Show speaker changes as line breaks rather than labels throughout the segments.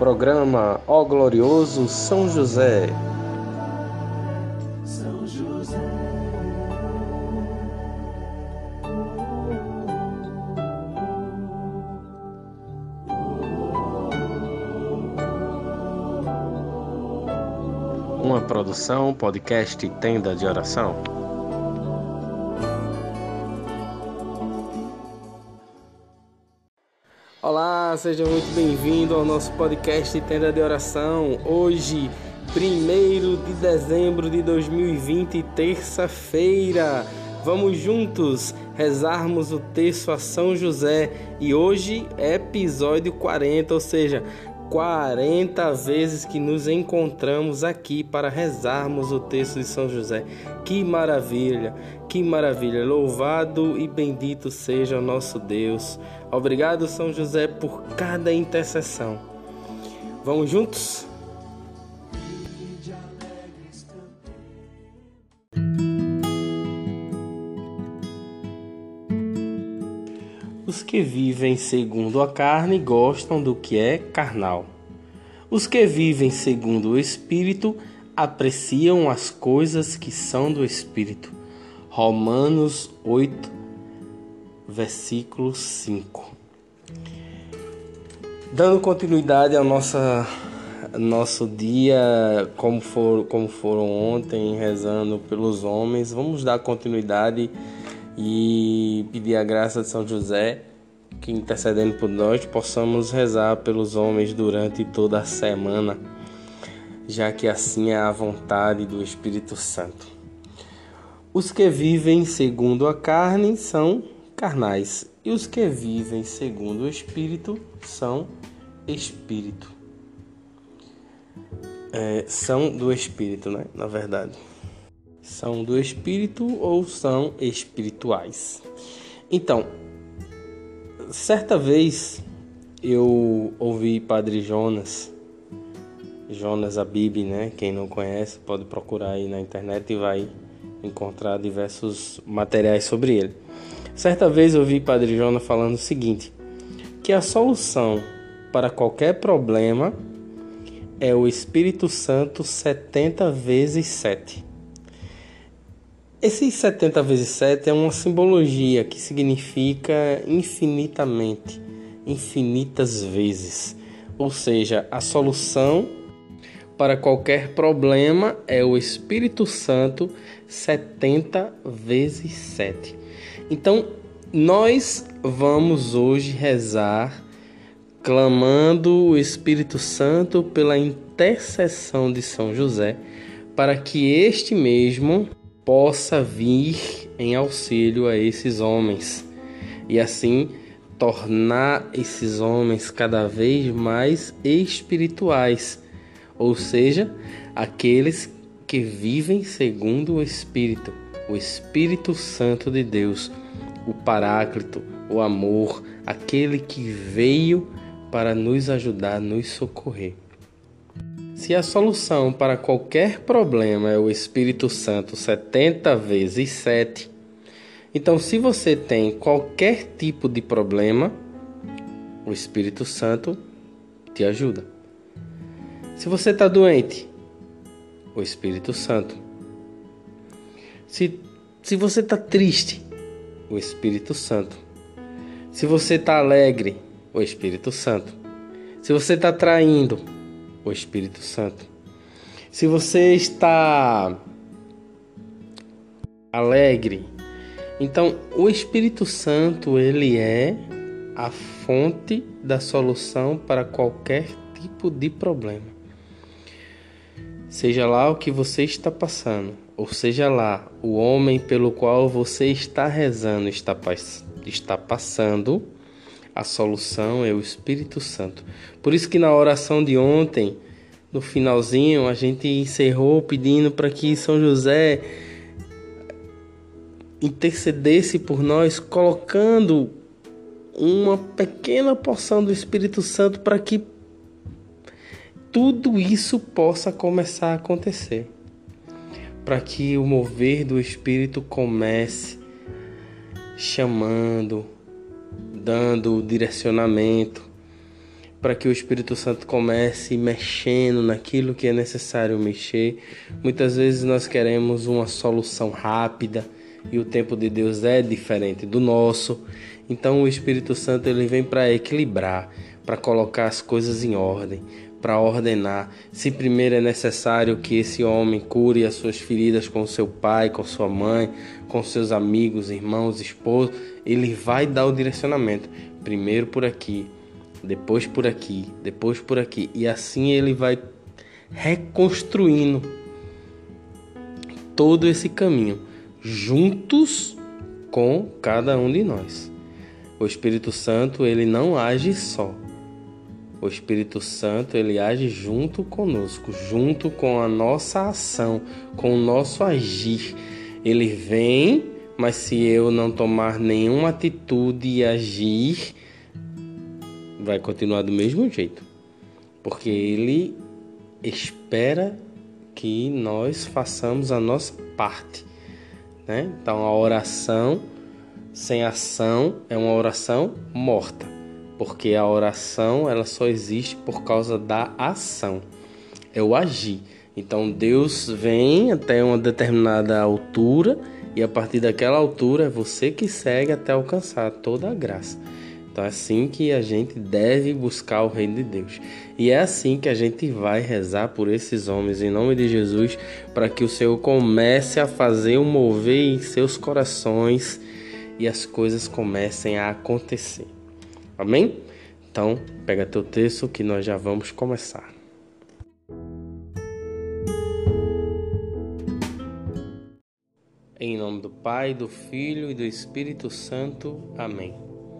Programa Ó Glorioso São José.
São José.
Uma produção, podcast Tenda de Oração. Olá, seja muito bem-vindo ao nosso podcast Tenda de Oração. Hoje, 1º de dezembro de 2020, terça-feira. Vamos juntos rezarmos o terço a São José. E hoje é episódio 40, ou seja, 40 vezes que nos encontramos aqui para rezarmos o terço de São José. Que maravilha, que maravilha! Louvado e bendito seja o nosso Deus. Obrigado, São José, por cada intercessão. Vamos juntos? Os que vivem segundo a carne gostam do que é carnal. Os que vivem segundo o Espírito apreciam as coisas que são do Espírito. Romanos 8, versículo 5. Dando continuidade ao nosso dia, como foram ontem, rezando pelos homens, vamos dar continuidade e pedir a graça de São José, que intercedendo por nós, possamos rezar pelos homens durante toda a semana, já que assim é a vontade do Espírito Santo. Os que vivem segundo a carne são carnais, e os que vivem segundo o Espírito são Espírito. São do Espírito, né? Na verdade. São do Espírito ou são espirituais. Então, certa vez eu ouvi Padre Jonas Abib, né? Quem não conhece pode procurar aí na internet e vai encontrar diversos materiais sobre ele. Certa vez eu ouvi Padre Jonas falando o seguinte, que a solução para qualquer problema é o Espírito Santo 70 vezes 7. Esses 70 vezes 7 é uma simbologia que significa infinitamente, infinitas vezes. Ou seja, a solução para qualquer problema é o Espírito Santo 70 vezes 7. Então, nós vamos hoje rezar clamando o Espírito Santo pela intercessão de São José, para que este mesmo possa vir em auxílio a esses homens e assim tornar esses homens cada vez mais espirituais, ou seja, aqueles que vivem segundo o Espírito Santo de Deus, o Paráclito, o amor, aquele que veio para nos ajudar, nos socorrer. Se a solução para qualquer problema é o Espírito Santo 70 vezes 7, então se você tem qualquer tipo de problema, o Espírito Santo te ajuda. Se você está doente, o Espírito Santo. Se você está triste, o Espírito Santo. Se você está alegre, o Espírito Santo. Se você está traindo, o Espírito Santo. Se você está alegre, então o Espírito Santo, ele é a fonte da solução para qualquer tipo de problema. Seja lá o que você está passando, ou seja lá o homem pelo qual você está rezando está passando, a solução é o Espírito Santo. Por isso que na oração de ontem, no finalzinho, a gente encerrou pedindo para que São José intercedesse por nós, colocando uma pequena porção do Espírito Santo para que tudo isso possa começar a acontecer. Para que o mover do Espírito comece chamando, dando direcionamento, para que o Espírito Santo comece mexendo naquilo que é necessário mexer. Muitas vezes nós queremos uma solução rápida e o tempo de Deus é diferente do nosso. Então o Espírito Santo ele vem para equilibrar, para colocar as coisas em ordem, para ordenar. Se primeiro é necessário que esse homem cure as suas feridas com seu pai, com sua mãe, com seus amigos, irmãos, esposo, ele vai dar o direcionamento. Primeiro por aqui, depois por aqui, depois por aqui. E assim ele vai reconstruindo todo esse caminho, juntos com cada um de nós. O Espírito Santo, ele não age só. O Espírito Santo, ele age junto conosco, junto com a nossa ação, com o nosso agir. Ele vem, mas se eu não tomar nenhuma atitude e agir, vai continuar do mesmo jeito. Porque ele espera que nós façamos a nossa parte, né? Então a oração sem ação é uma oração morta, porque a oração ela só existe por causa da ação, é o agir. Então Deus vem até uma determinada altura e a partir daquela altura é você que segue até alcançar toda a graça. Então é assim que a gente deve buscar o reino de Deus. E é assim que a gente vai rezar por esses homens em nome de Jesus, para que o Senhor comece a fazer um mover em seus corações e as coisas comecem a acontecer. Amém? Então, pega teu texto que nós já vamos começar. Em nome do Pai, do Filho e do Espírito Santo. Amém.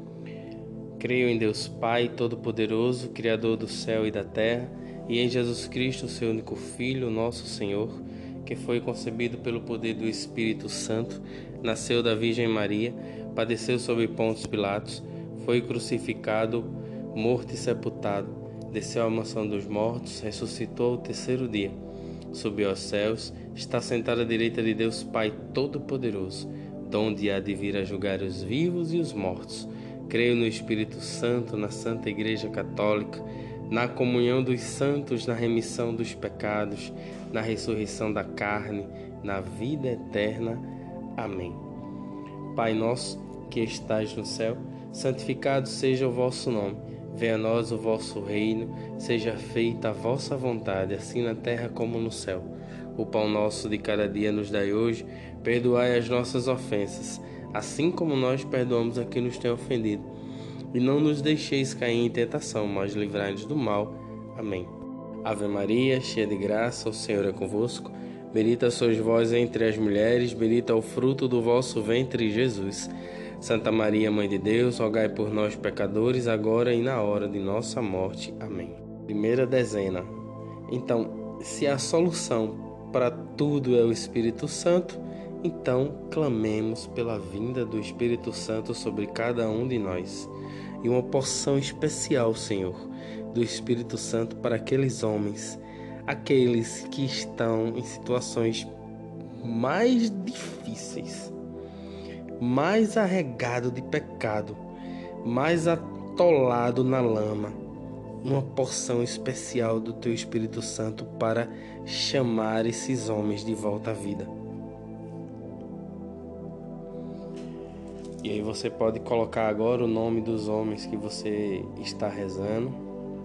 Creio em Deus Pai Todo-Poderoso, Criador do céu e da terra, e em Jesus Cristo, seu único Filho, nosso Senhor, que foi concebido pelo poder do Espírito Santo, nasceu da Virgem Maria, padeceu sob Pôncio Pilatos, foi crucificado, morto e sepultado, desceu à mansão dos mortos, ressuscitou ao terceiro dia, subiu aos céus, está sentado à direita de Deus Pai Todo-Poderoso, donde há de vir a julgar os vivos e os mortos. Creio no Espírito Santo, na Santa Igreja Católica, na comunhão dos santos, na remissão dos pecados, na ressurreição da carne, na vida eterna. Amém. Pai nosso, que estais no céu, santificado seja o vosso nome. Venha a nós o vosso reino, seja feita a vossa vontade, assim na terra como no céu. O pão nosso de cada dia nos dai hoje, perdoai as nossas ofensas, assim como nós perdoamos a quem nos tem ofendido. E não nos deixeis cair em tentação, mas livrai-nos do mal. Amém. Ave Maria, cheia de graça, o Senhor é convosco. Bendita sois vós entre as mulheres, bendito é o fruto do vosso ventre, Jesus. Santa Maria, Mãe de Deus, rogai por nós, pecadores, agora e na hora de nossa morte. Amém. Primeira dezena. Então, se a solução para tudo é o Espírito Santo, então clamemos pela vinda do Espírito Santo sobre cada um de nós. E uma porção especial, Senhor, do Espírito Santo para aqueles homens, aqueles que estão em situações mais difíceis, mais arregado de pecado, mais atolado na lama. Uma porção especial do Teu Espírito Santo para chamar esses homens de volta à vida. E aí você pode colocar agora o nome dos homens que você está rezando.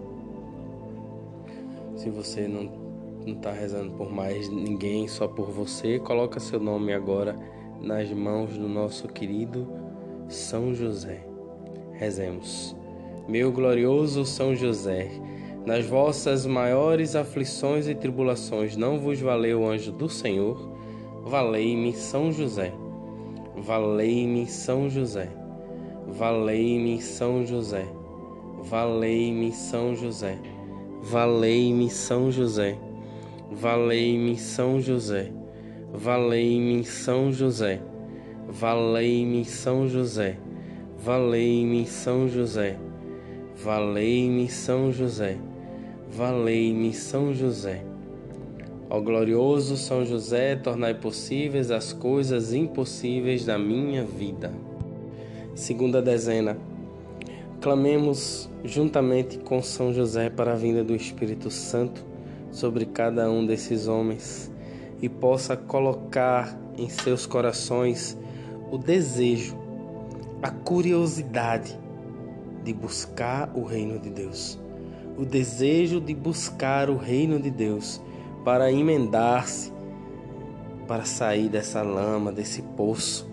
Se você não está rezando por mais ninguém, só por você, coloca seu nome agora nas mãos do nosso querido São José. Rezemos. Meu glorioso São José, nas vossas maiores aflições e tribulações não vos valeu o anjo do Senhor? Valei-me, São José. Valei-me, São José. Valei-me, São José. Valei-me, São José. Valei-me, São José. Valei-me, São José. Valei-me, São José. Valei-me, São José. Valei-me, São José. Valei-me, São José. Valei-me, São José. Ó glorioso São José, tornai possíveis as coisas impossíveis da minha vida. Segunda dezena. Clamemos juntamente com São José para a vinda do Espírito Santo sobre cada um desses homens e possa colocar em seus corações o desejo, a curiosidade de buscar o reino de Deus, o desejo de buscar o reino de Deus para emendar-se, para sair dessa lama, desse poço.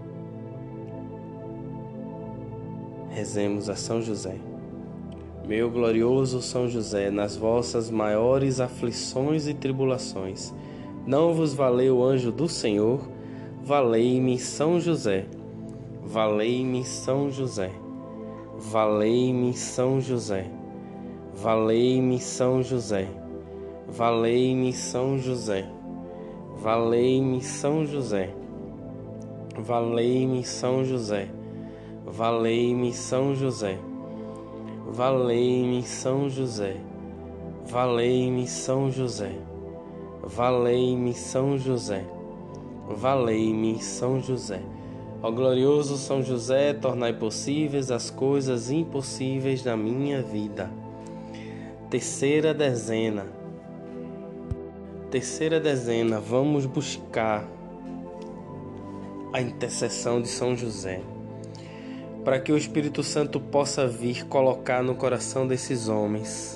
Rezemos a São José. Meu glorioso São José, nas vossas maiores aflições e tribulações, não vos valeu o anjo do Senhor? Valei-me São José. Valei-me São José. Valei-me São José. Valei-me São José. Valei-me São José. Valei-me São José. Valei-me São José. Valei-me São José. Valei-me São José. Valei-me São José. Valei-me São José. Valei-me São José. Ó glorioso São José, tornai possíveis as coisas impossíveis na minha vida. Terceira dezena. Terceira dezena, vamos buscar a intercessão de São José, para que o Espírito Santo possa vir colocar no coração desses homens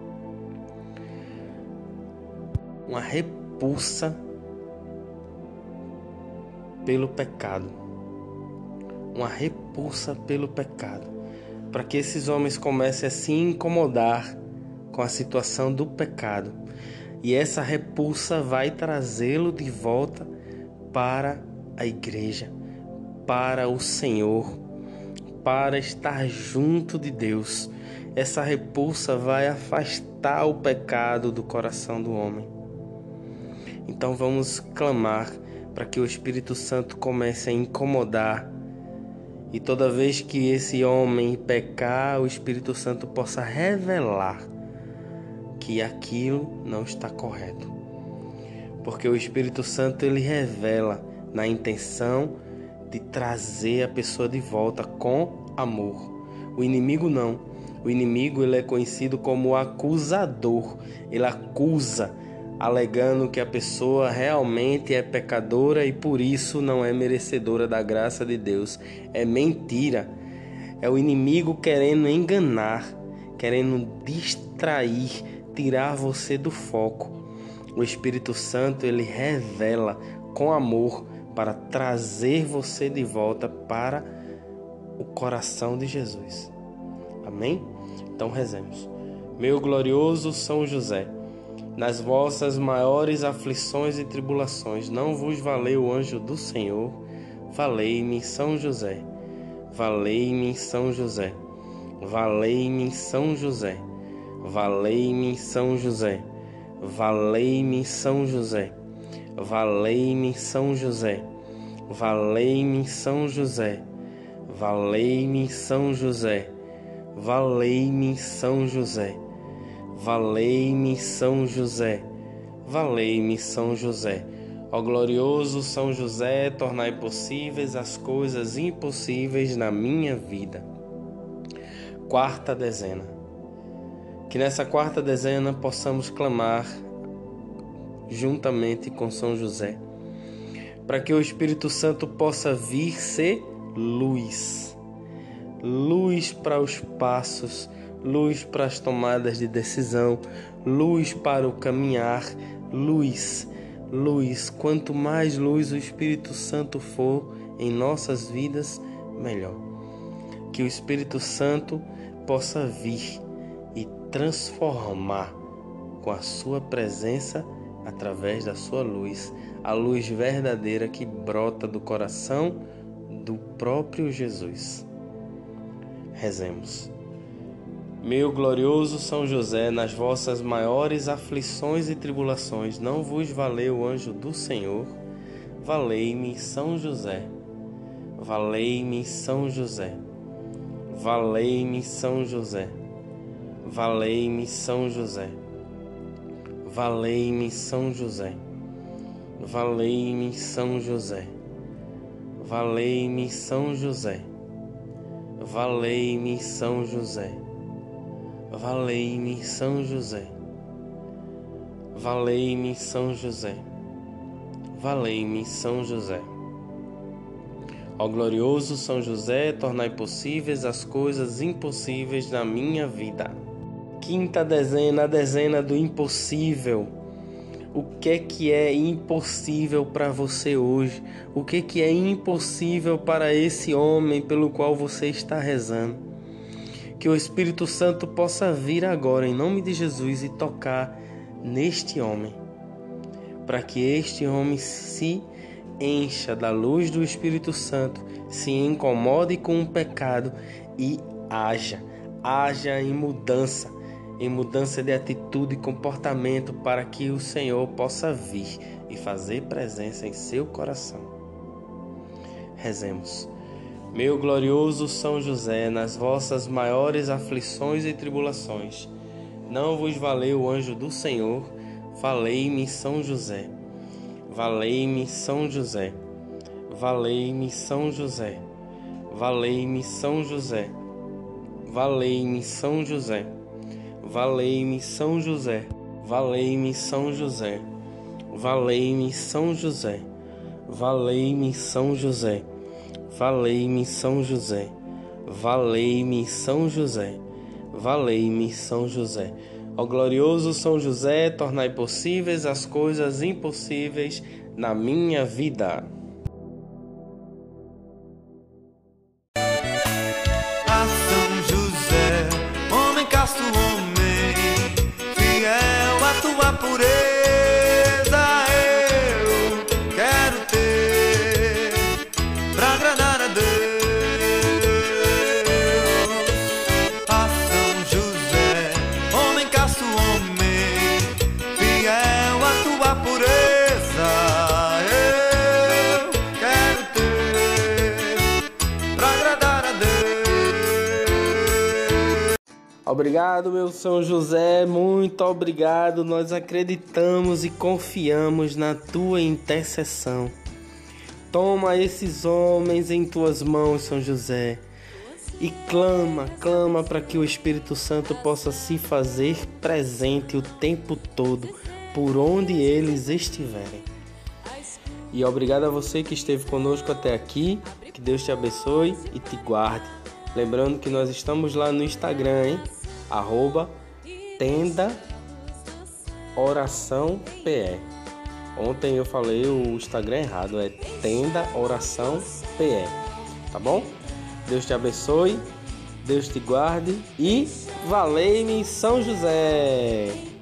uma repulsa pelo pecado, uma repulsa pelo pecado, para que esses homens comecem a se incomodar com a situação do pecado, e essa repulsa vai trazê-lo de volta para a igreja, para o Senhor, para estar junto de Deus. Essa repulsa vai afastar o pecado do coração do homem. Então vamos clamar para que o Espírito Santo comece a incomodar, e toda vez que esse homem pecar, o Espírito Santo possa revelar que aquilo não está correto. Porque o Espírito Santo, ele revela na intenção de trazer a pessoa de volta com amor. O inimigo não. O inimigo, ele é conhecido como acusador. Ele acusa, alegando que a pessoa realmente é pecadora e por isso não é merecedora da graça de Deus. É mentira. É o inimigo querendo enganar, querendo distrair, tirar você do foco. O Espírito Santo, ele revela com amor para trazer você de volta para o coração de Jesus. Amém? Então rezemos. Meu glorioso São José, nas vossas maiores aflições e tribulações, não vos valeu o anjo do Senhor? Valei-me São José. Valei-me São José. Valei-me São José. Valei-me São José. Valei-me São José. Valei-me São José. Valei-me São José. Valei-me São José. Valei-me São José. Valei-me São José. Valei-me São José. Ó glorioso São José, tornai possíveis as coisas impossíveis na minha vida. Quarta dezena. Que nessa quarta dezena possamos clamar juntamente com São José, para que o Espírito Santo possa vir ser luz. Luz para os passos, luz para as tomadas de decisão, luz para o caminhar, luz. Quanto mais luz o Espírito Santo for em nossas vidas, melhor. Que o Espírito Santo possa vir e transformar com a sua presença através da sua luz, a luz verdadeira que brota do coração do próprio Jesus. Rezemos. Meu glorioso São José, nas vossas maiores aflições e tribulações, não vos valeu o anjo do Senhor? Valei-me São José. Valei-me São José. Valei-me São José. Valei-me São José. Valei-me São José. Valei-me São José. Valei-me São José. valei-me São José, valei-me São José, valei-me São José, valei-me São José. Ó glorioso São José, tornai possíveis as coisas impossíveis na minha vida. Quinta dezena, a dezena do impossível. O que é impossível para você hoje? O que é impossível para esse homem pelo qual você está rezando? Que o Espírito Santo possa vir agora em nome de Jesus e tocar neste homem, para que este homem se encha da luz do Espírito Santo, se incomode com o pecado e haja em mudança de atitude e comportamento, para que o Senhor possa vir e fazer presença em seu coração. Rezemos. Meu glorioso São José, nas vossas maiores aflições e tribulações, não vos valeu o anjo do Senhor, valei-me São José. Valei-me São José, valei-me São José, valei-me São José, valei-me São José, valei-me São José, valei-me São José, valei-me São José, valei-me São José, valei-me São José, valei-me São José, valei-me São José. Ó glorioso São José, tornai possíveis as coisas impossíveis na minha vida.
A São José, homem casto, homem fiel à tua pureza, eu quero ter pra agradar a Deus. A São José, homem casto, homem fiel à tua pureza, eu quero ter pra agradar a Deus.
Obrigado, meu São José, muito obrigado. Nós acreditamos e confiamos na tua intercessão. Toma esses homens em tuas mãos, São José, e clama para que o Espírito Santo possa se fazer presente o tempo todo, por onde eles estiverem. E obrigado a você que esteve conosco até aqui. Que Deus te abençoe e te guarde. Lembrando que nós estamos lá no Instagram, hein? @TendaOraçãoPE. Ontem eu falei o Instagram errado, é TendaOraçãoPE. Tá bom? Deus te abençoe, Deus te guarde e valei-me São José!